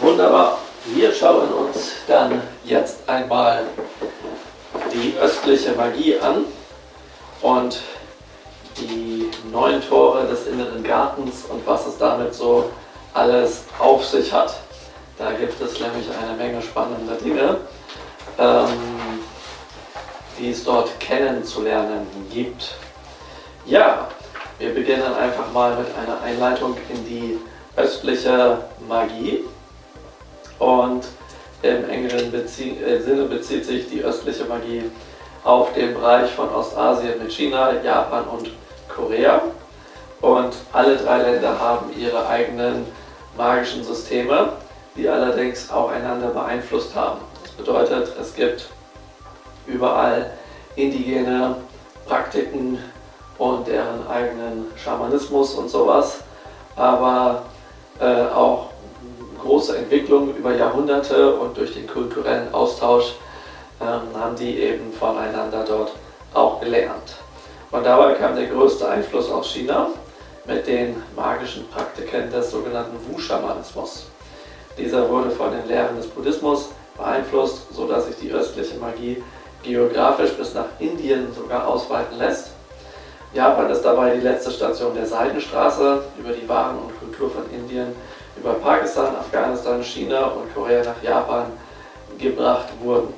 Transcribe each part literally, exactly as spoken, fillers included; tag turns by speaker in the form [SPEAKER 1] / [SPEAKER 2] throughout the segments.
[SPEAKER 1] Wunderbar. Wir schauen uns dann jetzt einmal die östliche Magie an und die neun Tore des inneren Gartens und was es damit so alles auf sich hat. Da gibt es nämlich eine Menge spannender Dinge, ähm, die es dort kennenzulernen gibt. Ja, wir beginnen einfach mal mit einer Einleitung in die östliche Magie. Und im engeren Bezie äh, Sinne bezieht sich die östliche Magie auf den Bereich von Ostasien mit China, Japan und Korea. Und alle drei Länder haben ihre eigenen magischen Systeme, die allerdings auch einander beeinflusst haben. Das bedeutet, es gibt überall indigene Praktiken und deren eigenen Schamanismus und sowas, aber äh, auch große Entwicklungen über Jahrhunderte und durch den kulturellen Austausch ähm, haben die eben voneinander dort auch gelernt. Und dabei kam der größte Einfluss aus China mit den magischen Praktiken des sogenannten Wu-Schamanismus. Dieser wurde von den Lehren des Buddhismus beeinflusst, sodass sich die östliche Magie geografisch bis nach Indien sogar ausweiten lässt. Japan ist dabei die letzte Station der Seidenstraße über die Waren und Kultur von Indien über Pakistan, Afghanistan, China und Korea nach Japan gebracht wurden.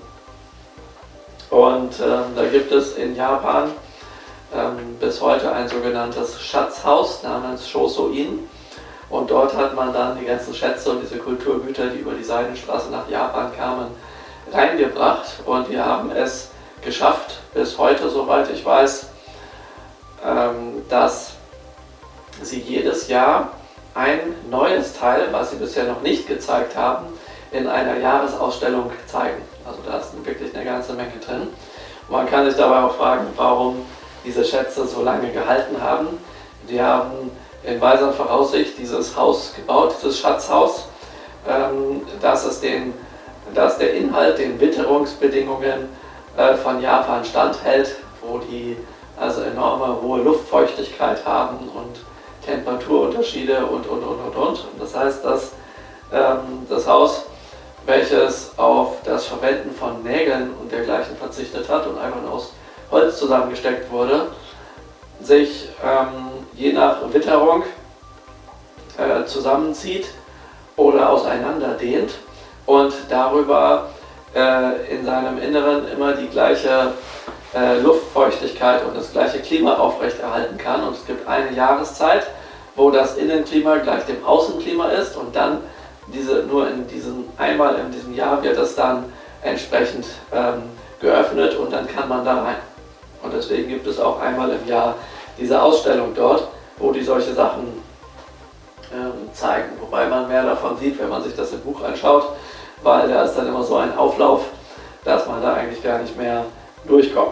[SPEAKER 1] Und ähm, da gibt es in Japan ähm, bis heute ein sogenanntes Schatzhaus namens Shoso-in. Und dort hat man dann die ganzen Schätze und diese Kulturgüter, die über die Seidenstraße nach Japan kamen, reingebracht. Und wir haben es geschafft, bis heute, soweit ich weiß, ähm, dass sie jedes Jahr ein neues Teil, was sie bisher noch nicht gezeigt haben, in einer Jahresausstellung zeigen. Also da ist wirklich eine ganze Menge drin. Und man kann sich dabei auch fragen, warum diese Schätze so lange gehalten haben. Die haben in weiser Voraussicht dieses Haus gebaut, dieses Schatzhaus, ähm, dass, es den, dass der Inhalt den Witterungsbedingungen äh, von Japan standhält, wo die also enorme hohe Luftfeuchtigkeit haben und Temperaturunterschiede und, und, und, und, und. Und das heißt, dass ähm, das Haus, welches auf das Verwenden von Nägeln und dergleichen verzichtet hat und einfach nur aus Holz zusammengesteckt wurde, sich ähm, je nach Witterung äh, zusammenzieht oder auseinanderdehnt und darüber äh, in seinem Inneren immer die gleiche äh, Luftfeuchtigkeit und das gleiche Klima aufrechterhalten kann. Und es gibt eine Jahreszeit, wo das Innenklima gleich dem Außenklima ist und dann diese, nur in diesem, einmal in diesem Jahr wird es dann entsprechend ähm, geöffnet und dann kann man da rein. Und deswegen gibt es auch einmal im Jahr diese Ausstellung dort, wo die solche Sachen ähm, zeigen. Wobei man mehr davon sieht, wenn man sich das im Buch anschaut, weil da ist dann immer so ein Auflauf, dass man da eigentlich gar nicht mehr durchkommt.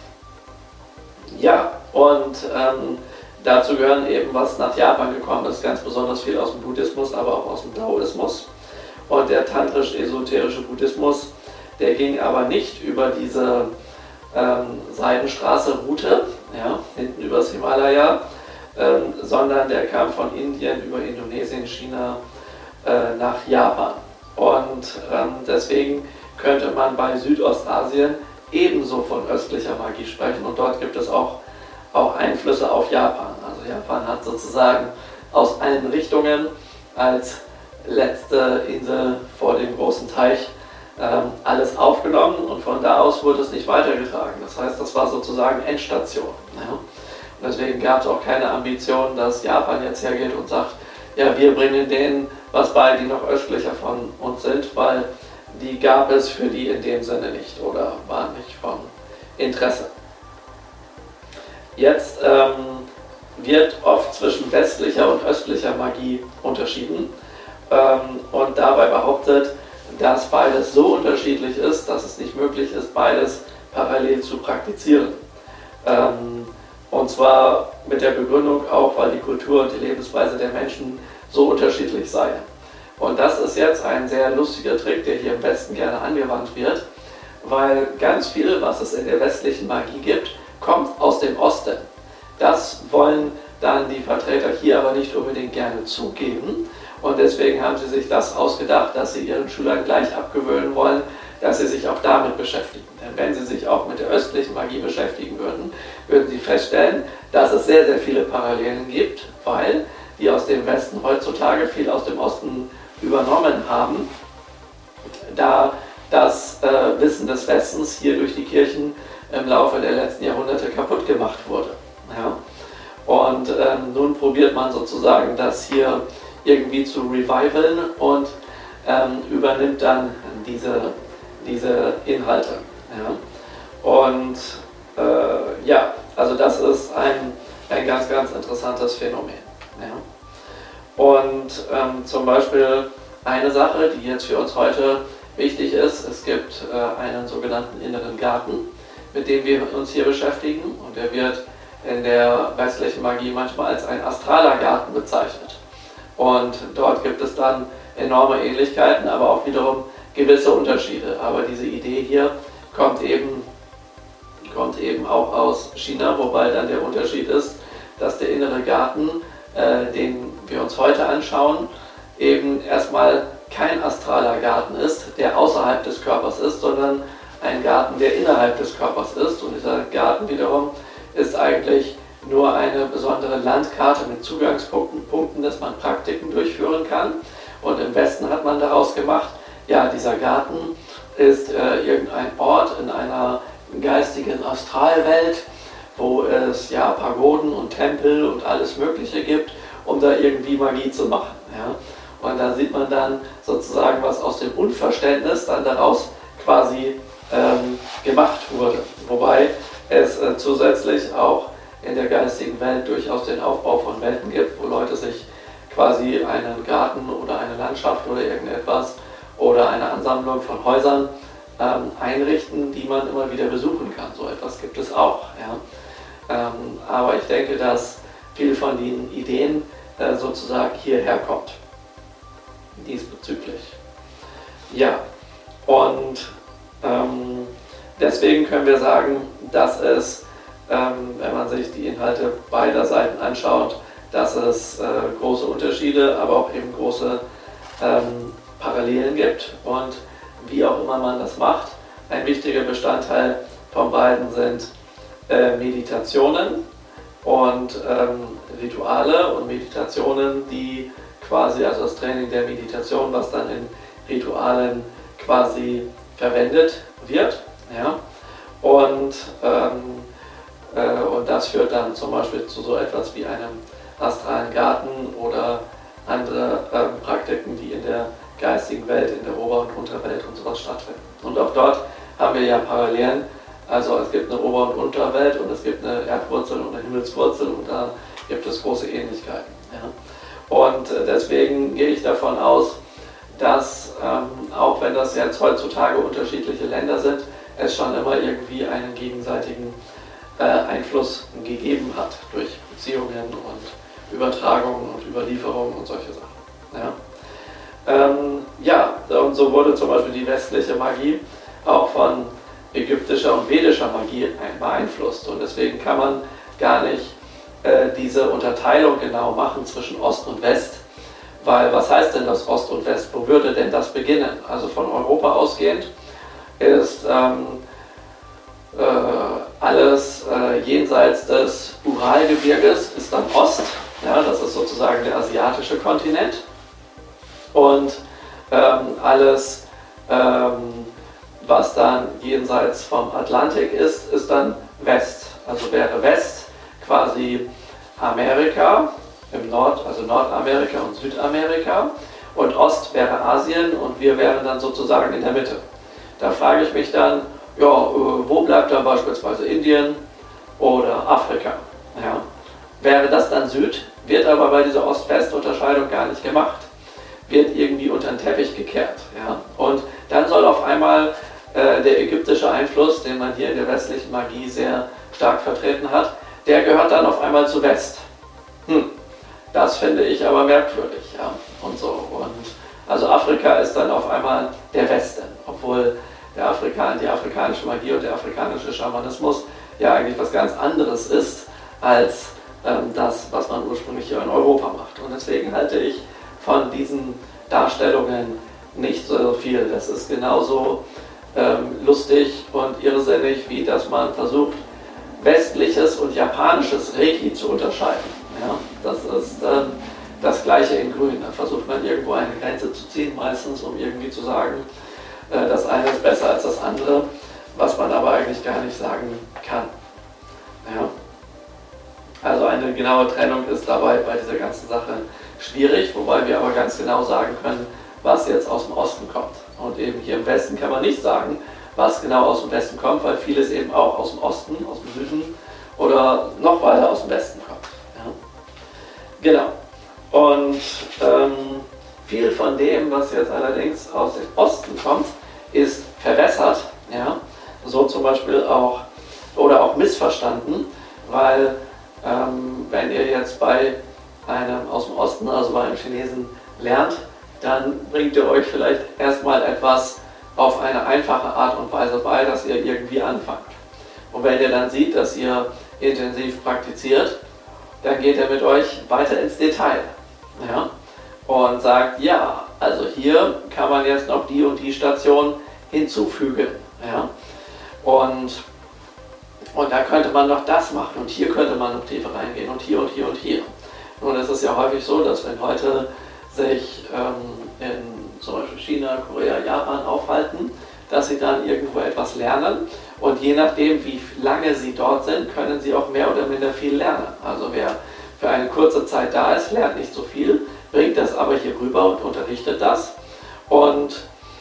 [SPEAKER 1] Ja, und ähm, dazu gehören eben, was nach Japan gekommen ist, ganz besonders viel aus dem Buddhismus, aber auch aus dem Daoismus. Und der tantrisch-esoterische Buddhismus, der ging aber nicht über diese ähm, Seidenstraße-Route, ja, hinten übers Himalaya, ähm, sondern der kam von Indien über Indonesien, China äh, nach Japan. Und ähm, deswegen könnte man bei Südostasien ebenso von östlicher Magie sprechen und dort gibt es auch, auch Einflüsse auf Japan. Also Japan hat sozusagen aus allen Richtungen als letzte Insel vor dem großen Teich ähm, alles aufgenommen und von da aus wurde es nicht weitergetragen. Das heißt, das war sozusagen Endstation. Ja? Und deswegen gab es auch keine Ambition, dass Japan jetzt hergeht und sagt, ja, wir bringen denen was bei, die noch östlicher von uns sind, weil die gab es für die in dem Sinne nicht oder waren nicht von Interesse. Jetzt ähm, wird oft zwischen westlicher und östlicher Magie unterschieden ähm, und dabei behauptet, dass beides so unterschiedlich ist, dass es nicht möglich ist, beides parallel zu praktizieren. Ähm, und zwar mit der Begründung auch, weil die Kultur und die Lebensweise der Menschen so unterschiedlich sei. Und das ist jetzt ein sehr lustiger Trick, der hier im Westen gerne angewandt wird, weil ganz viel, was es in der westlichen Magie gibt, kommt aus dem Osten. Das wollen dann die Vertreter hier aber nicht unbedingt gerne zugeben. Und deswegen haben sie sich das ausgedacht, dass sie ihren Schülern gleich abgewöhnen wollen, dass sie sich auch damit beschäftigen. Denn wenn sie sich auch mit der östlichen Magie beschäftigen würden, würden sie feststellen, dass es sehr, sehr viele Parallelen gibt, weil die aus dem Westen heutzutage viel aus dem Osten übernommen haben, da das äh, Wissen des Westens hier durch die Kirchen im Laufe der letzten Jahrhunderte kaputt gemacht wurde. Ja? Und ähm, nun probiert man sozusagen das hier irgendwie zu revivalen und ähm, übernimmt dann diese, diese Inhalte. Ja? Und äh, ja, also das ist ein, ein ganz, ganz interessantes Phänomen. Ja? Und ähm, zum Beispiel eine Sache, die jetzt für uns heute wichtig ist, es gibt äh, einen sogenannten inneren Garten, mit dem wir uns hier beschäftigen, und der wird in der westlichen Magie manchmal als ein astraler Garten bezeichnet. Und dort gibt es dann enorme Ähnlichkeiten, aber auch wiederum gewisse Unterschiede. Aber diese Idee hier kommt eben, kommt eben auch aus China, wobei dann der Unterschied ist, dass der innere Garten, äh, den wir uns heute anschauen, eben erstmal kein astraler Garten ist, der außerhalb des Körpers ist, sondern ein Garten, der innerhalb des Körpers ist. Und dieser Garten wiederum ist eigentlich nur eine besondere Landkarte mit Zugangspunkten, Punkten, dass man Praktiken durchführen kann. Und im Westen hat man daraus gemacht, ja, dieser Garten ist äh, irgendein Ort in einer geistigen Astralwelt, wo es ja Pagoden und Tempel und alles Mögliche gibt, um da irgendwie Magie zu machen. Ja. Und da sieht man dann sozusagen, was aus dem Unverständnis dann daraus quasi ähm, gemacht wurde. Wobei es äh, zusätzlich auch in der geistigen Welt durchaus den Aufbau von Welten gibt, wo Leute sich quasi einen Garten oder eine Landschaft oder irgendetwas oder eine Ansammlung von Häusern ähm, einrichten, die man immer wieder besuchen kann. So etwas gibt es auch. Ja. Ähm, aber ich denke, dass viel von den Ideen äh, sozusagen hierher kommt. Diesbezüglich. Ja, und ähm, deswegen können wir sagen, dass es, ähm, wenn man sich die Inhalte beider Seiten anschaut, dass es äh, große Unterschiede, aber auch eben große ähm, Parallelen gibt. Und wie auch immer man das macht, ein wichtiger Bestandteil von beiden sind äh, Meditationen und ähm, Rituale und Meditationen, die quasi, also das Training der Meditation, was dann in Ritualen quasi verwendet wird. Ja? Und, ähm, äh, und das führt dann zum Beispiel zu so etwas wie einem astralen Garten oder andere ähm, Praktiken, die in der geistigen Welt, in der Ober- und Unterwelt und sowas stattfinden. Und auch dort haben wir ja Parallelen. Also es gibt eine Ober- und Unterwelt und es gibt eine Erdwurzel und eine Himmelswurzel und da gibt es große Ähnlichkeiten. Ja? Und deswegen gehe ich davon aus, dass ähm, auch wenn das jetzt heutzutage unterschiedliche Länder sind, es schon immer irgendwie einen gegenseitigen äh, Einfluss gegeben hat durch Beziehungen und Übertragungen und Überlieferungen und solche Sachen. Ja, ähm, ja, und so wurde zum Beispiel die westliche Magie auch von ägyptischer und vedischer Magie beeinflusst und deswegen kann man gar nicht diese Unterteilung genau machen zwischen Ost und West, weil was heißt denn das Ost und West? Wo würde denn das beginnen? Also von Europa ausgehend ist ähm, äh, alles äh, jenseits des Uralgebirges ist dann Ost, ja, das ist sozusagen der asiatische Kontinent, und ähm, alles ähm, was dann jenseits vom Atlantik ist, ist dann West, also wäre West quasi Amerika im Nord, also Nordamerika und Südamerika, und Ost wäre Asien und wir wären dann sozusagen in der Mitte. Da frage ich mich dann, ja, wo bleibt dann beispielsweise Indien oder Afrika? Ja. Wäre das dann Süd, wird aber bei dieser Ost-West-Unterscheidung gar nicht gemacht, wird irgendwie unter den Teppich gekehrt. Ja. Und dann soll auf einmal äh, der ägyptische Einfluss, den man hier in der westlichen Magie sehr stark vertreten hat, der gehört dann auf einmal zu West. Hm, das finde ich aber merkwürdig. Ja, und so. Und also Afrika ist dann auf einmal der Westen, obwohl der Afrikan, die afrikanische Magie und der afrikanische Schamanismus ja eigentlich was ganz anderes ist als ähm, das, was man ursprünglich hier in Europa macht. Und deswegen halte ich von diesen Darstellungen nicht so viel. Das ist genauso ähm, lustig und irrsinnig, wie dass man versucht, westliches und japanisches Reiki zu unterscheiden. Ja, das ist ähm, das Gleiche in Grün. Da versucht man irgendwo eine Grenze zu ziehen, meistens um irgendwie zu sagen, äh, das eine ist besser als das andere, was man aber eigentlich gar nicht sagen kann. Ja. Also eine genaue Trennung ist dabei bei dieser ganzen Sache schwierig, wobei wir aber ganz genau sagen können, was jetzt aus dem Osten kommt. Und eben hier im Westen kann man nicht sagen, was genau aus dem Westen kommt, weil vieles eben auch aus dem Osten, aus dem Süden oder noch weiter aus dem Westen kommt. Ja. Genau. Und ähm, viel von dem, was jetzt allerdings aus dem Osten kommt, ist verwässert, ja. So zum Beispiel auch, oder auch missverstanden, weil ähm, wenn ihr jetzt bei einem aus dem Osten, also bei einem Chinesen lernt, dann bringt ihr euch vielleicht erstmal etwas auf eine einfache Art und Weise bei, dass ihr irgendwie anfangt. Und wenn ihr dann seht, dass ihr intensiv praktiziert, dann geht er mit euch weiter ins Detail. Ja? Und sagt, ja, also hier kann man jetzt noch die und die Station hinzufügen. Ja? Und, und da könnte man noch das machen und hier könnte man noch tiefer reingehen und hier und hier und hier. Nun, es ist ja häufig so, dass wenn Leute sich ähm, in zum Beispiel China, Korea, Japan aufhalten, dass sie dann irgendwo etwas lernen und je nachdem, wie lange sie dort sind, können sie auch mehr oder minder viel lernen. Also wer für eine kurze Zeit da ist, lernt nicht so viel, bringt das aber hier rüber und unterrichtet das. Und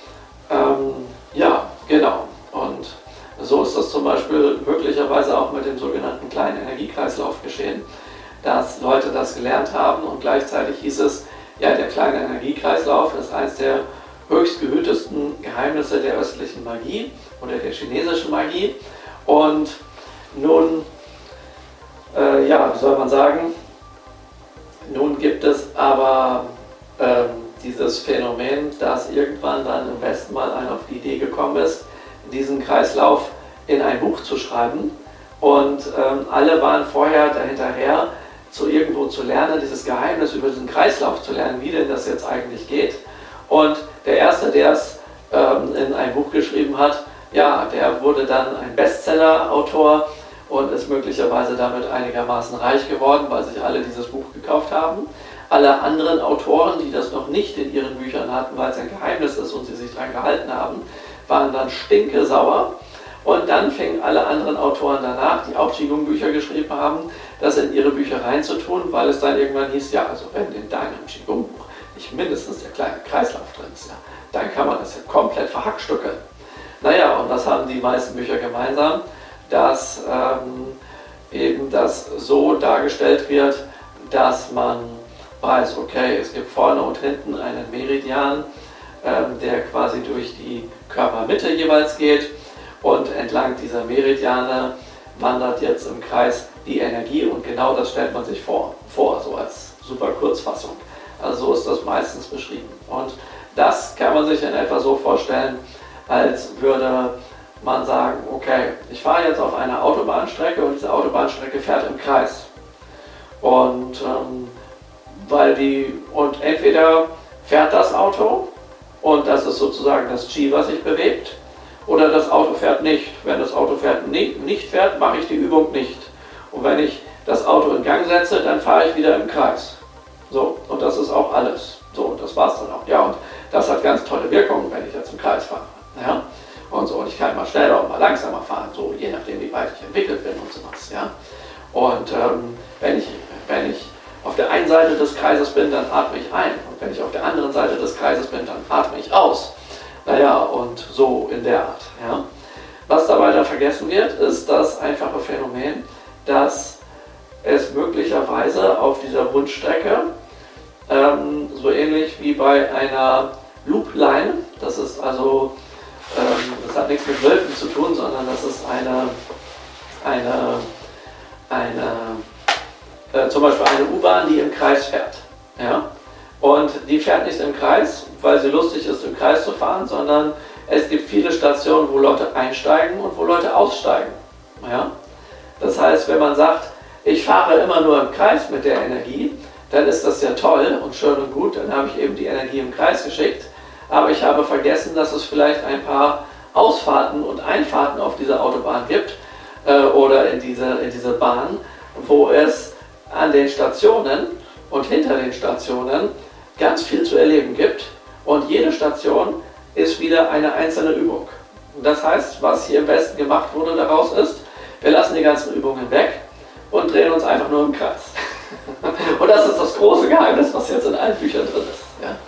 [SPEAKER 1] ähm, ja, genau. Und so ist das zum Beispiel möglicherweise auch mit dem sogenannten kleinen Energiekreislauf geschehen, dass Leute das gelernt haben und gleichzeitig hieß es, ja, der kleine Energiekreislauf ist eines der höchst gehütesten Geheimnisse der östlichen Magie oder der chinesischen Magie. Und nun, äh, ja, wie soll man sagen, nun gibt es aber äh, dieses Phänomen, dass irgendwann dann im Westen mal einer auf die Idee gekommen ist, diesen Kreislauf in ein Buch zu schreiben. Und ähm, alle waren vorher dahinterher, zu irgendwo zu lernen, dieses Geheimnis über diesen Kreislauf zu lernen, wie denn das jetzt eigentlich geht. Und der Erste, der es ähm, in ein Buch geschrieben hat, ja, der wurde dann ein Bestseller-Autor und ist möglicherweise damit einigermaßen reich geworden, weil sich alle dieses Buch gekauft haben. Alle anderen Autoren, die das noch nicht in ihren Büchern hatten, weil es ein Geheimnis ist und sie sich daran gehalten haben, waren dann stinkesauer. Und dann fingen alle anderen Autoren danach, die auch Qigong-Bücher geschrieben haben, das in ihre Bücher reinzutun, weil es dann irgendwann hieß, ja, also wenn in deinem Qigong-Buch nicht mindestens der kleine Kreislauf drin ist, ja, dann kann man das ja komplett verhackstückeln. Naja, und was haben die meisten Bücher gemeinsam? Dass ähm, eben das so dargestellt wird, dass man weiß, okay, es gibt vorne und hinten einen Meridian, ähm, der quasi durch die Körpermitte jeweils geht. Und entlang dieser Meridiane wandert jetzt im Kreis die Energie und genau das stellt man sich vor, vor so als super Kurzfassung. Also so ist das meistens beschrieben. Und das kann man sich in etwa so vorstellen, als würde man sagen, okay, ich fahre jetzt auf einer Autobahnstrecke und diese Autobahnstrecke fährt im Kreis. Und, ähm, weil die, und entweder fährt das Auto und das ist sozusagen das Qi, was sich bewegt, oder das Auto fährt nicht. Wenn das Auto fährt, nicht fährt, mache ich die Übung nicht. Und wenn ich das Auto in Gang setze, dann fahre ich wieder im Kreis. So, und das ist auch alles. So, und das war's dann auch. Ja, und das hat ganz tolle Wirkungen, wenn ich jetzt im Kreis fahre. Ja? Und so, und ich kann mal schneller und mal langsamer fahren, so je nachdem, wie weit ich entwickelt bin und sowas. Ja? Und ähm, wenn, ich, wenn ich auf der einen Seite des Kreises bin, dann atme ich ein. Und wenn ich auf der anderen Seite des Kreises bin, dann atme ich aus. Naja, und so in der Art. Ja. Was dabei da vergessen wird, ist das einfache Phänomen, dass es möglicherweise auf dieser Rundstrecke, ähm, so ähnlich wie bei einer Loopline, das ist also, ähm, das hat nichts mit Wölfen zu tun, sondern das ist eine, eine, eine äh, zum Beispiel eine U-Bahn, die im Kreis fährt. Ja. Und die fährt nicht im Kreis, weil sie lustig ist, im Kreis zu fahren, sondern es gibt viele Stationen, wo Leute einsteigen und wo Leute aussteigen. Ja? Das heißt, wenn man sagt, ich fahre immer nur im Kreis mit der Energie, dann ist das ja toll und schön und gut, dann habe ich eben die Energie im Kreis geschickt, aber ich habe vergessen, dass es vielleicht ein paar Ausfahrten und Einfahrten auf dieser Autobahn gibt äh, oder in diese, in diese Bahn, wo es an den Stationen und hinter den Stationen ganz viel zu erleben gibt und jede Station ist wieder eine einzelne Übung. Das heißt, was hier im Westen gemacht wurde daraus ist, wir lassen die ganzen Übungen weg und drehen uns einfach nur im Kreis. Und das ist das große Geheimnis, was jetzt in allen Büchern drin ist.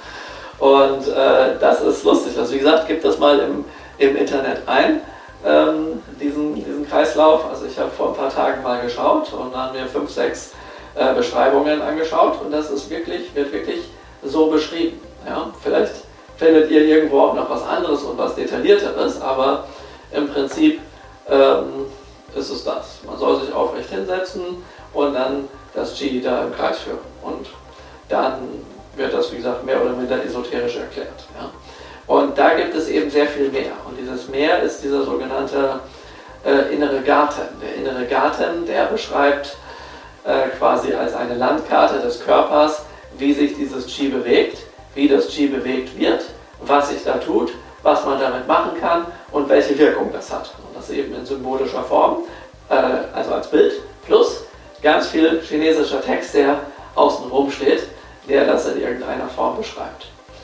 [SPEAKER 1] Ja? Und äh, das ist lustig. Also wie gesagt, gebt das mal im, im Internet ein, ähm, diesen, diesen Kreislauf. Also ich habe vor ein paar Tagen mal geschaut und dann mir fünf, sechs äh, Beschreibungen angeschaut und das ist wirklich, wird wirklich so beschrieben. Ja? Vielleicht findet ihr irgendwo auch noch was anderes und was Detaillierteres, aber im Prinzip ähm, ist es das. Man soll sich aufrecht hinsetzen und dann das Qi da im Kreis führen. Und dann wird das, wie gesagt, mehr oder minder esoterisch erklärt. Ja? Und da gibt es eben sehr viel mehr. Und dieses Meer ist dieser sogenannte äh, innere Garten. Der innere Garten, der beschreibt äh, quasi als eine Landkarte des Körpers, wie sich dieses Qi bewegt, wie das Qi bewegt wird, was sich da tut, was man damit machen kann und welche Wirkung das hat. Und das eben in symbolischer Form, äh, also als Bild, plus ganz viel chinesischer Text, der außenrum steht, der das in irgendeiner Form beschreibt.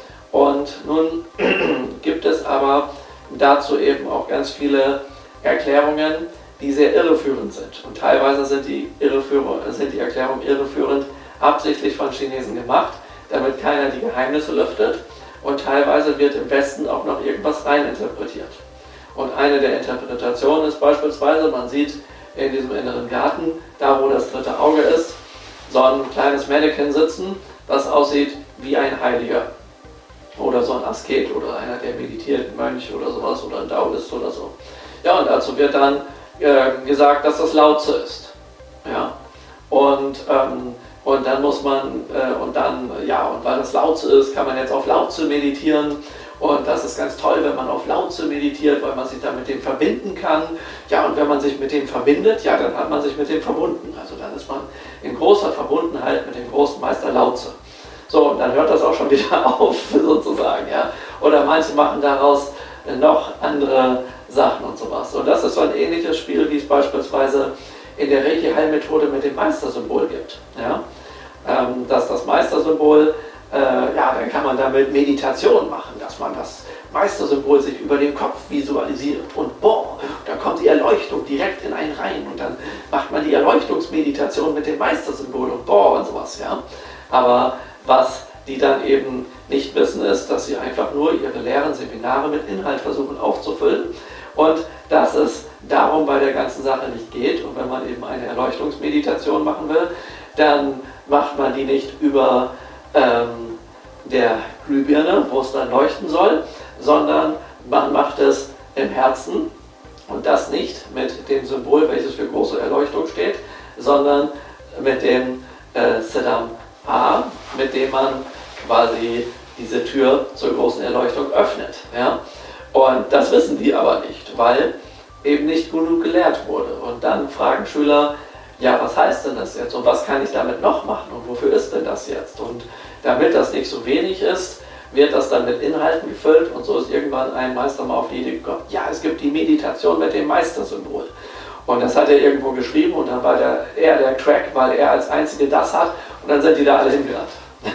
[SPEAKER 1] Und nun gibt es aber dazu eben auch ganz viele Erklärungen, die sehr irreführend sind. Und teilweise sind die, sind die Erklärungen irreführend absichtlich von Chinesen gemacht, damit keiner die Geheimnisse lüftet. Und teilweise wird im Westen auch noch irgendwas reininterpretiert. Und eine der Interpretationen ist beispielsweise, man sieht in diesem inneren Garten, da wo das dritte Auge ist, so ein kleines Mannequin sitzen, das aussieht wie ein Heiliger. Oder so ein Asket oder einer, der meditiert, ein Mönch oder sowas oder ein Daoist oder so. Ja, und dazu wird dann äh, gesagt, dass das Lao Tzu ist. Ja? Und, ähm, und dann muss man, äh, und dann, ja, und weil das Lao Tzu ist, kann man jetzt auf Lao Tzu meditieren. Und das ist ganz toll, wenn man auf Lao Tzu meditiert, weil man sich dann mit dem verbinden kann. Ja, und wenn man sich mit dem verbindet, ja, dann hat man sich mit dem verbunden. Also dann ist man in großer Verbundenheit mit dem großen Meister Lao Tzu. So, und dann hört das auch schon wieder auf, sozusagen, ja. Oder manche machen daraus noch andere Sachen und sowas. Und das ist so ein ähnliches Spiel, wie es beispielsweise in der Reiki-Heilmethode mit dem Meistersymbol gibt. Ja? Ähm, dass das Meistersymbol, äh, ja, dann kann man damit Meditation machen, dass man das Meistersymbol sich über den Kopf visualisiert und boah, da kommt die Erleuchtung direkt in einen rein und dann macht man die Erleuchtungsmeditation mit dem Meistersymbol und boah und sowas, ja. Aber was die dann eben nicht wissen, ist, dass sie einfach nur ihre leeren Seminare mit Inhalt versuchen aufzufüllen und dass es darum bei der ganzen Sache nicht geht. Und wenn man eben eine Erleuchtungsmeditation machen will, dann macht man die nicht über ähm, der Glühbirne, wo es dann leuchten soll, sondern man macht es im Herzen und das nicht mit dem Symbol, welches für große Erleuchtung steht, sondern mit dem äh, Siddham A, mit dem man quasi diese Tür zur großen Erleuchtung öffnet. Ja? Und das wissen die aber nicht, weil eben nicht genug gelehrt wurde. Und dann fragen Schüler, ja, was heißt denn das jetzt und was kann ich damit noch machen und wofür ist denn das jetzt? Und damit das nicht so wenig ist, wird das dann mit Inhalten gefüllt und so ist irgendwann ein Meister mal auf die Idee gekommen, ja, es gibt die Meditation mit dem Meistersymbol. Und das hat er irgendwo geschrieben und dann war der, er der Crack, weil er als Einzige das hat und dann sind die da alle hingerannt.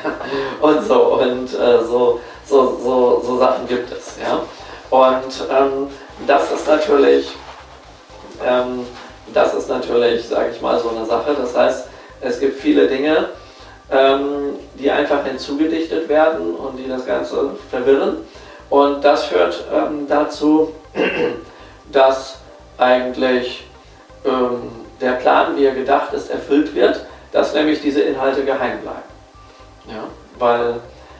[SPEAKER 1] und so, und äh, so, so, so, so Sachen gibt es. Ja? Und ähm, das ist natürlich, ähm, das ist natürlich, sage ich mal, so eine Sache. Das heißt, es gibt viele Dinge, ähm, die einfach hinzugedichtet werden und die das Ganze verwirren. Und das führt ähm, dazu, dass eigentlich ähm, der Plan, wie er gedacht ist, erfüllt wird, dass nämlich diese Inhalte geheim bleiben. Ja? Weil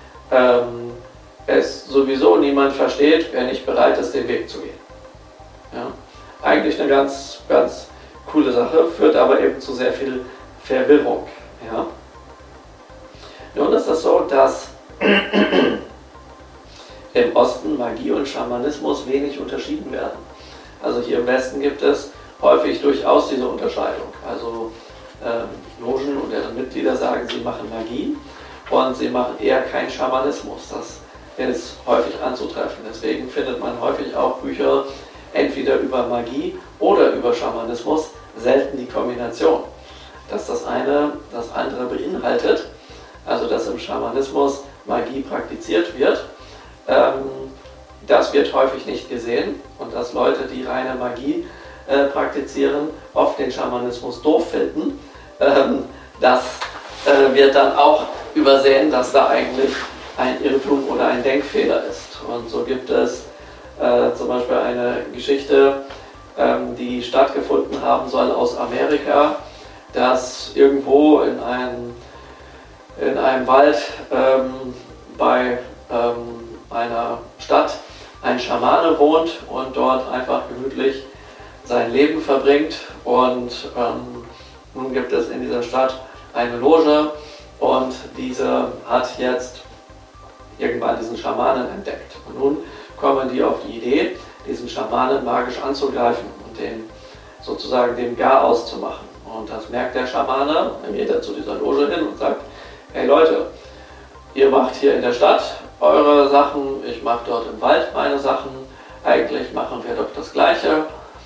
[SPEAKER 1] ähm, es sowieso niemand versteht, wer nicht bereit ist, den Weg zu gehen. Ja? Eigentlich eine ganz, ganz coole Sache, führt aber eben zu sehr viel Verwirrung. Ja? Nun ist es so, dass im Osten Magie und Schamanismus wenig unterschieden werden. Also hier im Westen gibt es häufig durchaus diese Unterscheidung. Also äh, Logen und deren Mitglieder sagen, sie machen Magie und sie machen eher keinen Schamanismus. Das ist häufig anzutreffen. Deswegen findet man häufig auch Bücher entweder über Magie oder über Schamanismus, selten die Kombination. Dass das eine das andere beinhaltet, also dass im Schamanismus Magie praktiziert wird, ähm, das wird häufig nicht gesehen und dass Leute, die reine Magie äh, praktizieren, oft den Schamanismus doof finden. Ähm, das äh, wird dann auch übersehen, dass da eigentlich ein Irrtum oder ein Denkfehler ist. Und so gibt es äh, zum Beispiel eine Geschichte, ähm, die stattgefunden haben soll aus Amerika, dass irgendwo in einem, in einem Wald ähm, bei ähm, einer Stadt ein Schamane wohnt und dort einfach gemütlich sein Leben verbringt. Und ähm, nun gibt es in dieser Stadt eine Loge und diese hat jetzt irgendwann diesen Schamanen entdeckt. Und nun kommen die auf die Idee, diesen Schamanen magisch anzugreifen und den sozusagen dem Garaus zu machen. Und das merkt der Schamane, dann geht er zu dieser Loge hin und sagt, hey Leute, ihr macht hier in der Stadt eure Sachen, ich mache dort im Wald meine Sachen, eigentlich machen wir doch das Gleiche.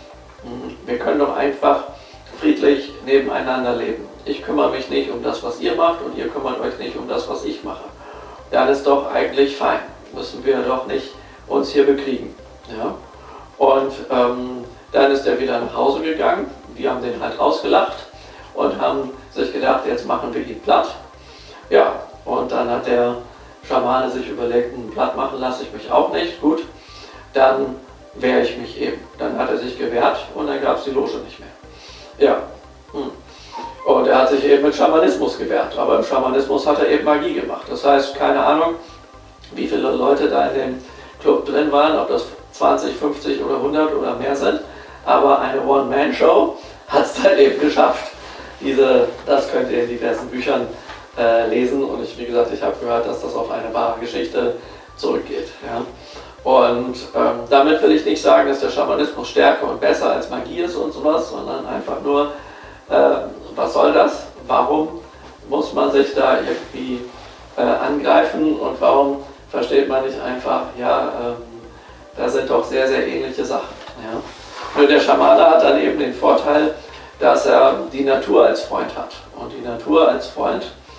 [SPEAKER 1] Wir können doch einfach friedlich nebeneinander leben. Ich kümmere mich nicht um das, was ihr macht und ihr kümmert euch nicht um das, was ich mache. Dann ist doch eigentlich fein, müssen wir doch nicht uns hier bekriegen. Ja? Und ähm, dann ist er wieder nach Hause gegangen, die haben den halt ausgelacht und haben sich gedacht, jetzt machen wir ihn platt. Ja, und dann hat der Schamane sich überlegt, ein platt machen lasse ich mich auch nicht, gut, dann wehre ich mich eben. Dann hat er sich gewehrt und dann gab es die Loge nicht mehr. Ja, hm. Und er hat sich eben mit Schamanismus gewehrt, aber im Schamanismus hat er eben Magie gemacht. Das heißt, keine Ahnung, wie viele Leute da in dem Club drin waren, ob das zwanzig, fünfzig oder hundert oder mehr sind, aber eine One-Man-Show hat es dann eben geschafft. Diese, das könnt ihr in diversen Büchern äh, lesen und ich, wie gesagt, ich habe gehört, dass das auf eine wahre Geschichte zurückgeht. Ja. Und ähm, damit will ich nicht sagen, dass der Schamanismus stärker und besser als Magie ist und sowas, sondern einfach nur, äh, was soll das? Warum muss man sich da irgendwie äh, angreifen und warum versteht man nicht einfach, ja, ähm, da sind doch sehr, sehr ähnliche Sachen. Ja? Nur der Schamane hat dann eben den Vorteil, dass er die Natur als Freund hat. Und die Natur als Freund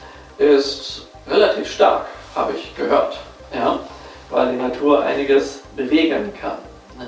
[SPEAKER 1] ist relativ stark, habe ich gehört. Ja? Weil die Natur einiges bewegen kann.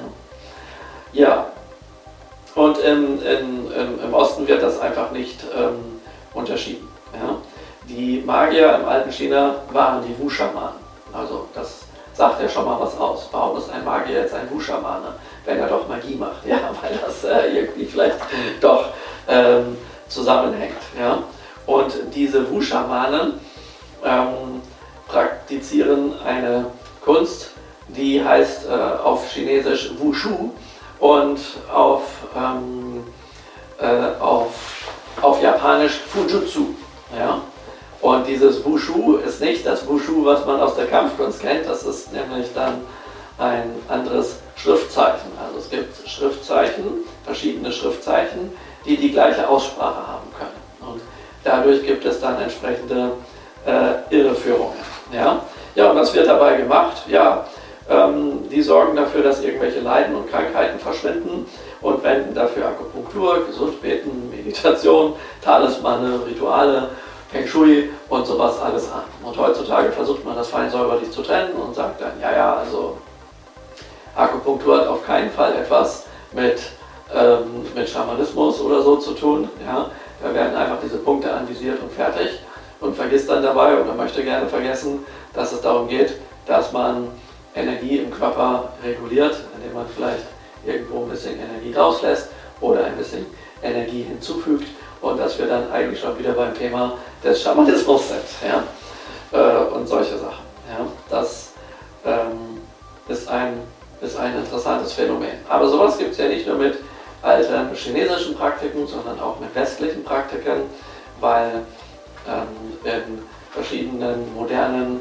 [SPEAKER 1] Ja, ja. Und in, in, in, im Osten wird das einfach nicht ähm, unterschieden. Ja? Die Magier im alten China waren die Wu-Schamanen. Also das sagt ja schon mal was aus. Warum ist ein Magier jetzt ein Wu-Schamane, wenn er doch Magie macht? Ja, weil das äh, irgendwie vielleicht doch ähm, zusammenhängt. Ja? Und diese Wu-Schamanen ähm, praktizieren eine Kunst, die heißt äh, auf Chinesisch Wushu und auf, ähm, äh, auf, auf Japanisch Fujutsu. Ja? Und dieses Wushu ist nicht das Wushu, was man aus der Kampfkunst kennt, das ist nämlich dann ein anderes Schriftzeichen. Also es gibt Schriftzeichen, verschiedene Schriftzeichen, die die gleiche Aussprache haben können. Und dadurch gibt es dann entsprechende äh, Irreführungen. Ja? Ja, und was wird dabei gemacht? Ja, ähm, die sorgen dafür, dass irgendwelche Leiden und Krankheiten verschwinden und wenden dafür Akupunktur, Gesundbeten, Meditation, Talismane, Rituale, Feng Shui und sowas alles an. Und heutzutage versucht man das fein säuberlich zu trennen und sagt dann, ja, ja, also Akupunktur hat auf keinen Fall etwas mit, ähm, mit Schamanismus oder so zu tun. Ja? Da werden einfach diese Punkte anvisiert und fertig und vergisst dann dabei oder möchte gerne vergessen, dass es darum geht, dass man Energie im Körper reguliert, indem man vielleicht irgendwo ein bisschen Energie rauslässt oder ein bisschen Energie hinzufügt und dass wir dann eigentlich schon wieder beim Thema des Schamanismus sind. Ja? Äh, und solche Sachen. Ja? Das ähm, ist, ein, ist ein interessantes Phänomen. Aber sowas gibt es ja nicht nur mit alten chinesischen Praktiken, sondern auch mit westlichen Praktiken, weil ähm, in verschiedenen modernen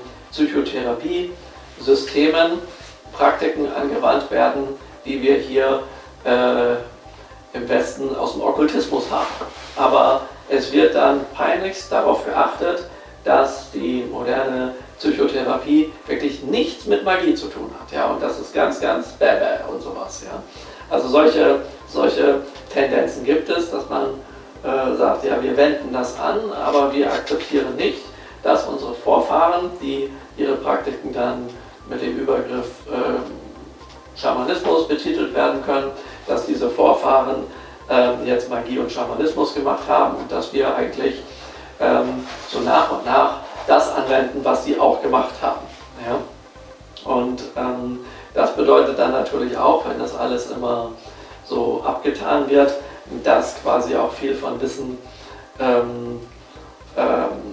[SPEAKER 1] Psychotherapie-Systemen Praktiken angewandt werden, die wir hier äh, im Westen aus dem Okkultismus haben. Aber es wird dann peinlichst darauf geachtet, dass die moderne Psychotherapie wirklich nichts mit Magie zu tun hat. Ja? Und das ist ganz, ganz bäh, bäh und sowas. Ja? Also solche, solche Tendenzen gibt es, dass man äh, sagt, ja, wir wenden das an, aber wir akzeptieren nicht, dass unsere Vorfahren, die ihre Praktiken dann mit dem Übergriff äh, Schamanismus betitelt werden können, dass diese Vorfahren äh, jetzt Magie und Schamanismus gemacht haben und dass wir eigentlich ähm, so nach und nach das anwenden, was sie auch gemacht haben. Ja? Und ähm, das bedeutet dann natürlich auch, wenn das alles immer so abgetan wird, dass quasi auch viel von Wissen ähm, ähm,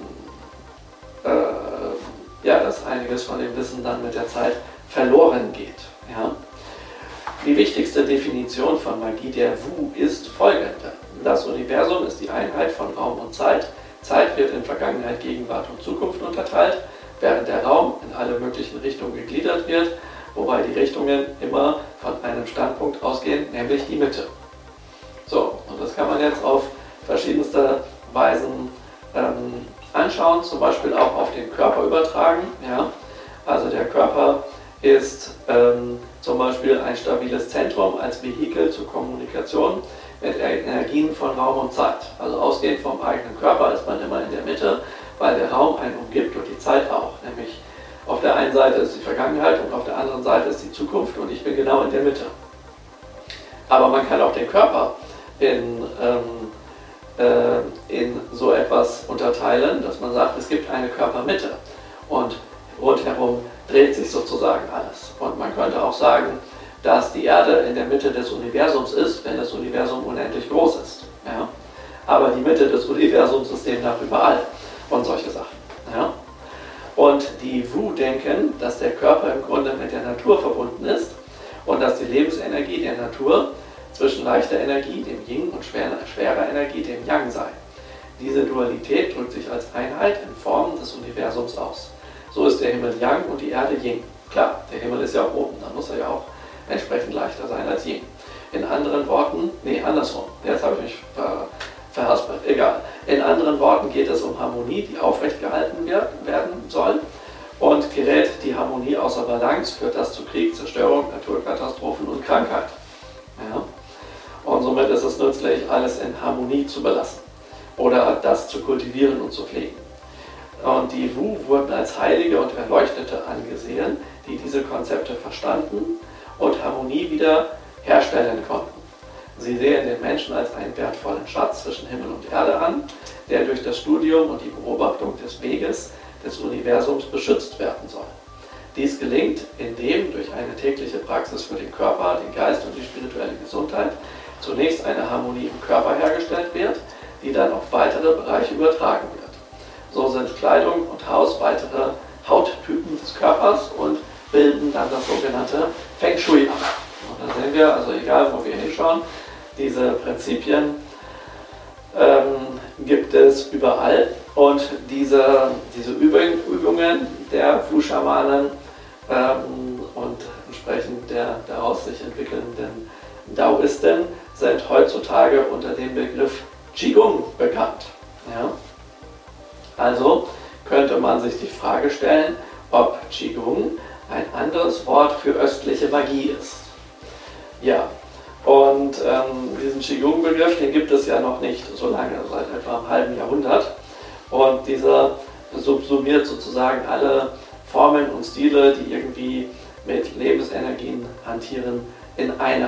[SPEAKER 1] äh, ja, dass einiges von dem Wissen dann mit der Zeit verloren geht. Ja? Die wichtigste Definition von Magie der Wu ist folgende. Das Universum ist die Einheit von Raum und Zeit. Zeit wird in Vergangenheit, Gegenwart und Zukunft unterteilt, während der Raum in alle möglichen Richtungen gegliedert wird, wobei die Richtungen immer von einem Standpunkt ausgehen, nämlich die Mitte. So, und das kann man jetzt auf verschiedenste Weisen ähm, anschauen, zum Beispiel auch auf den Körper übertragen. Ja? Also der Körper ist ähm, zum Beispiel ein stabiles Zentrum als Vehikel zur Kommunikation mit Energien von Raum und Zeit. Also ausgehend vom eigenen Körper ist man immer in der Mitte, weil der Raum einen umgibt und die Zeit auch. Nämlich auf der einen Seite ist die Vergangenheit und auf der anderen Seite ist die Zukunft und ich bin genau in der Mitte. Aber man kann auch den Körper in, ähm, äh, in so etwas unterteilen, dass man sagt, es gibt eine Körpermitte und rundherum dreht sich sozusagen alles. Und man könnte auch sagen, dass die Erde in der Mitte des Universums ist, wenn das Universum unendlich groß ist. Ja? Aber die Mitte des Universums ist demnach überall und solche Sachen. Ja? Und die Wu denken, dass der Körper im Grunde mit der Natur verbunden ist und dass die Lebensenergie der Natur zwischen leichter Energie, dem Yin, und schwerer, schwerer Energie, dem Yang sei. Diese Dualität drückt sich als Einheit in Form des Universums aus. So ist der Himmel Yang und die Erde Yin. Klar, der Himmel ist ja auch oben, dann muss er ja auch entsprechend leichter sein als Yin. In anderen Worten, nee, andersrum, jetzt habe ich mich ver, verhaspelt, egal. In anderen Worten geht es um Harmonie, die aufrecht gehalten wird, werden soll. Und gerät die Harmonie außer Balance, führt das zu Krieg, Zerstörung, Naturkatastrophen und Krankheit. Ja? Und somit ist es nützlich, alles in Harmonie zu belassen oder das zu kultivieren und zu pflegen. Und die Wu wurden als Heilige und Erleuchtete angesehen, die diese Konzepte verstanden und Harmonie wieder herstellen konnten. Sie sehen den Menschen als einen wertvollen Schatz zwischen Himmel und Erde an, der durch das Studium und die Beobachtung des Weges des Universums beschützt werden soll. Dies gelingt, indem durch eine tägliche Praxis für den Körper, den Geist und die spirituelle Gesundheit zunächst eine Harmonie im Körper hergestellt wird, die dann auf weitere Bereiche übertragen wird. So sind Kleidung und Haus weitere Hauttypen des Körpers und bilden dann das sogenannte Feng Shui ab. Und da sehen wir, also egal wo wir hinschauen, diese Prinzipien ähm, gibt es überall. Und diese, diese Übungen der Wu-Schamanen ähm, und entsprechend der daraus sich entwickelnden Daoisten sind heutzutage unter dem Begriff Qigong bekannt. Ja? Also könnte man sich die Frage stellen, ob Qigong ein anderes Wort für östliche Magie ist. Ja, und ähm, diesen Qigong-Begriff, den gibt es ja noch nicht so lange, seit etwa einem halben Jahrhundert. Und dieser subsumiert sozusagen alle Formen und Stile, die irgendwie mit Lebensenergien hantieren, in einem.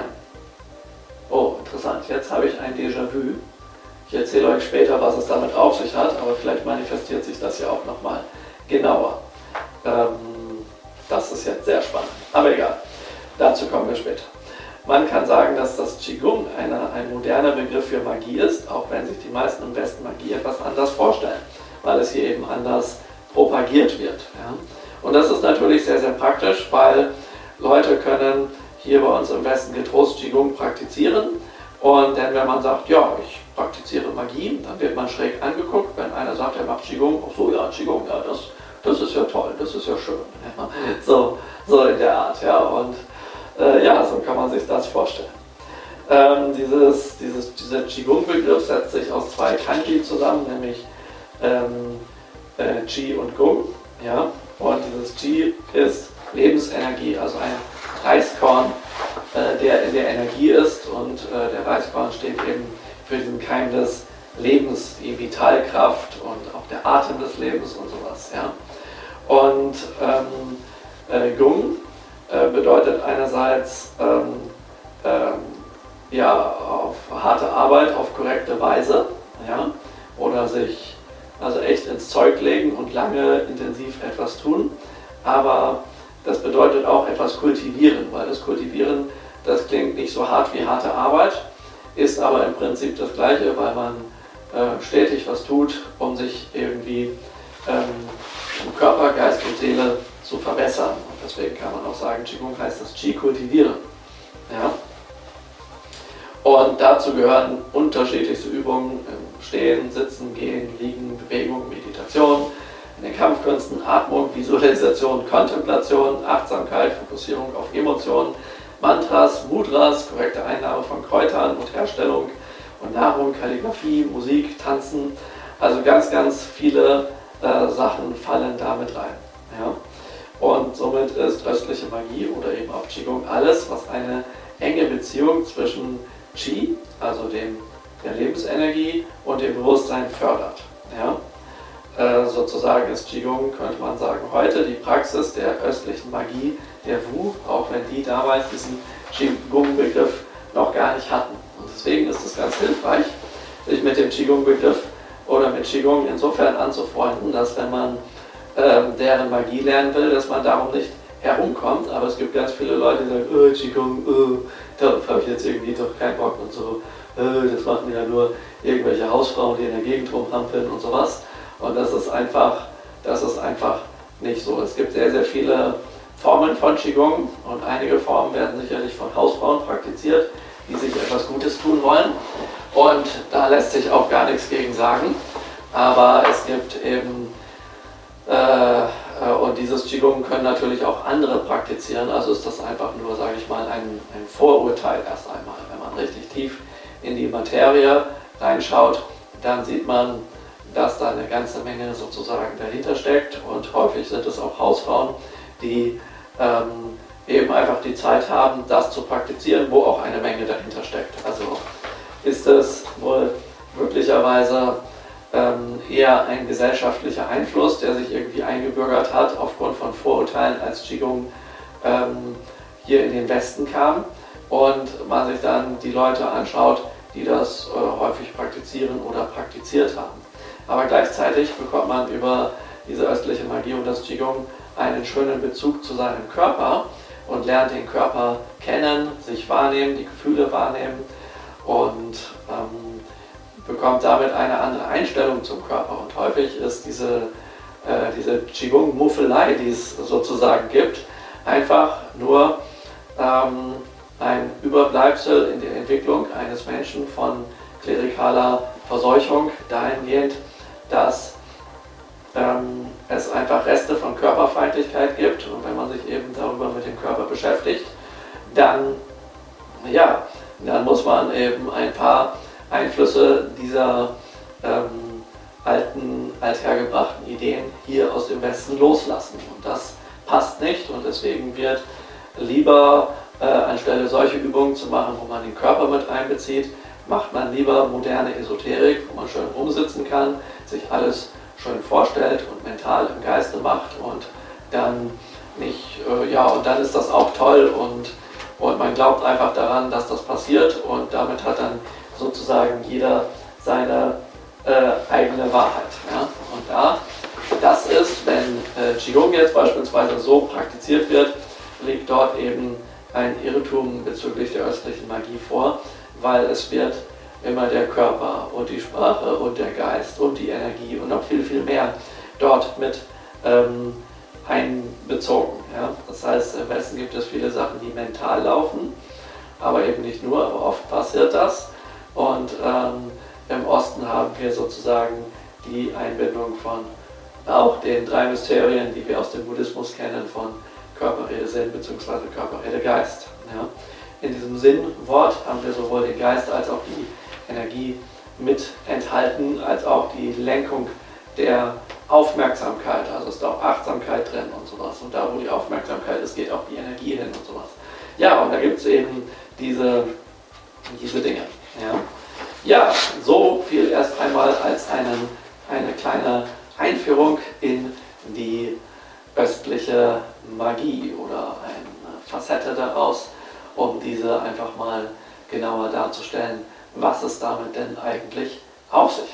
[SPEAKER 1] Oh, interessant, jetzt habe ich ein Déjà-vu. Ich erzähle euch später, was es damit auf sich hat, aber vielleicht manifestiert sich das ja auch nochmal genauer. Ähm, das ist jetzt sehr spannend, aber egal, dazu kommen wir später. Man kann sagen, dass das Qigong eine, ein moderner Begriff für Magie ist, auch wenn sich die meisten im Westen Magie etwas anders vorstellen, weil es hier eben anders propagiert wird. Ja. Und das ist natürlich sehr, sehr praktisch, weil Leute können hier bei uns im Westen getrost Qigong praktizieren. Und denn wenn man sagt, ja, ich praktiziere Magie, dann wird man schräg angeguckt. Wenn einer sagt, er macht Qigong, ach so, ja, Qigong, ja, das, das ist ja toll, das ist ja schön. Ja. So, so in der Art, ja. Und Äh, ja, so kann man sich das vorstellen. Ähm, dieses, dieses, dieser Qigong-Begriff setzt sich aus zwei Kanji zusammen, nämlich ähm, äh, Qi und Gong. Ja? Und dieses Qi ist Lebensenergie, also ein Reiskorn, äh, der in der Energie ist, und äh, der Reiskorn steht eben für diesen Keim des Lebens, die Vitalkraft und auch der Atem des Lebens und sowas. Ja? Und ähm, äh, Gong äh, bedeutet einerseits ähm, ähm, ja, auf harte Arbeit, auf korrekte Weise, ja? Oder sich also echt ins Zeug legen und lange intensiv etwas tun, aber das bedeutet auch etwas kultivieren, weil das Kultivieren, das klingt nicht so hart wie harte Arbeit, ist aber im Prinzip das Gleiche, weil man äh, stetig was tut, um sich irgendwie ähm, Körper, Geist und Seele zu verbessern. Und deswegen kann man auch sagen, Qigong heißt das Qi kultivieren. Ja? Und dazu gehören unterschiedlichste Übungen, Stehen, Sitzen, Gehen, Liegen, Bewegung, Meditation, in den Kampfkünsten Atmung, Visualisation, Kontemplation, Achtsamkeit, Fokussierung auf Emotionen, Mantras, Mudras, korrekte Einnahme von Kräutern und Herstellung und Nahrung, Kalligraphie, Musik, Tanzen. Also ganz, ganz viele äh, Sachen fallen damit rein. Ja? Und somit ist östliche Magie oder eben auch Qigong alles, was eine enge Beziehung zwischen Qi, also dem, der Lebensenergie, und dem Bewusstsein fördert. Ja? Äh, sozusagen ist Qigong, könnte man sagen, heute die Praxis der östlichen Magie, der Wu, auch wenn die damals diesen Qigong-Begriff noch gar nicht hatten. Und deswegen ist es ganz hilfreich, sich mit dem Qigong-Begriff oder mit Qigong insofern anzufreunden, dass wenn man äh, deren Magie lernen will, dass man darum nicht herumkommt. Aber es gibt ganz viele Leute, die sagen, oh, Qigong, oh, darauf habe ich jetzt irgendwie doch keinen Bock und so, oh, das machen ja nur irgendwelche Hausfrauen, die in der Gegend rumhampeln und sowas. Und das ist einfach, das ist einfach nicht so. Es gibt sehr, sehr viele Formen von Qigong und einige Formen werden sicherlich von Hausfrauen praktiziert, die sich etwas Gutes tun wollen. Und da lässt sich auch gar nichts gegen sagen. Aber es gibt eben, äh, und dieses Qigong können natürlich auch andere praktizieren. Also ist das einfach nur, sage ich mal, ein, ein Vorurteil erst einmal. Wenn man richtig tief in die Materie reinschaut, dann sieht man, dass da eine ganze Menge sozusagen dahinter steckt, und häufig sind es auch Hausfrauen, die ähm, eben einfach die Zeit haben, das zu praktizieren, wo auch eine Menge dahinter steckt. Also ist es wohl möglicherweise ähm, eher ein gesellschaftlicher Einfluss, der sich irgendwie eingebürgert hat aufgrund von Vorurteilen, als Qigong ähm, hier in den Westen kam, und man sich dann die Leute anschaut, die das äh, häufig praktizieren oder praktiziert haben. Aber gleichzeitig bekommt man über diese östliche Magie und das Qigong einen schönen Bezug zu seinem Körper und lernt den Körper kennen, sich wahrnehmen, die Gefühle wahrnehmen und ähm, bekommt damit eine andere Einstellung zum Körper. Und häufig ist diese, äh, diese Qigong-Muffelei, die es sozusagen gibt, einfach nur ähm, ein Überbleibsel in der Entwicklung eines Menschen von klerikaler Verseuchung, dahingehend, dass ähm, es einfach Reste von Körperfeindlichkeit gibt, und wenn man sich eben darüber mit dem Körper beschäftigt, dann, ja, dann muss man eben ein paar Einflüsse dieser ähm, alten, althergebrachten Ideen hier aus dem Westen loslassen, und das passt nicht, und deswegen wird lieber äh, anstelle solche Übungen zu machen, wo man den Körper mit einbezieht, macht man lieber moderne Esoterik, wo man schön rumsitzen kann, sich alles schön vorstellt und mental im Geiste macht, und dann nicht, äh, ja, und dann ist das auch toll, und, und man glaubt einfach daran, dass das passiert, und damit hat dann sozusagen jeder seine äh, eigene Wahrheit. Ja? Und da, das ist, wenn äh, Qigong jetzt beispielsweise so praktiziert wird, liegt dort eben ein Irrtum bezüglich der östlichen Magie vor, weil es wird immer der Körper und die Sprache und der Geist und die Energie und noch viel, viel mehr dort mit ähm, einbezogen. Ja? Das heißt, im Westen gibt es viele Sachen, die mental laufen, aber eben nicht nur, aber oft passiert das. Und ähm, im Osten haben wir sozusagen die Einbindung von auch den drei Mysterien, die wir aus dem Buddhismus kennen, von Körper, Rede, Sinn bzw. Körper, Rede, Geist. Ja? in diesem Sinnwort haben wir sowohl den Geist als auch die Energie mit enthalten, als auch die Lenkung der Aufmerksamkeit. Also ist da auch Achtsamkeit drin und sowas. Und da, wo die Aufmerksamkeit ist, geht auch die Energie hin und sowas. Ja, und da gibt es eben diese, diese Dinge. Ja. Ja, so viel erst einmal als einen, eine kleine Einführung in die östliche Magie oder eine Facette daraus, um diese einfach mal genauer darzustellen, was es damit denn eigentlich auf sich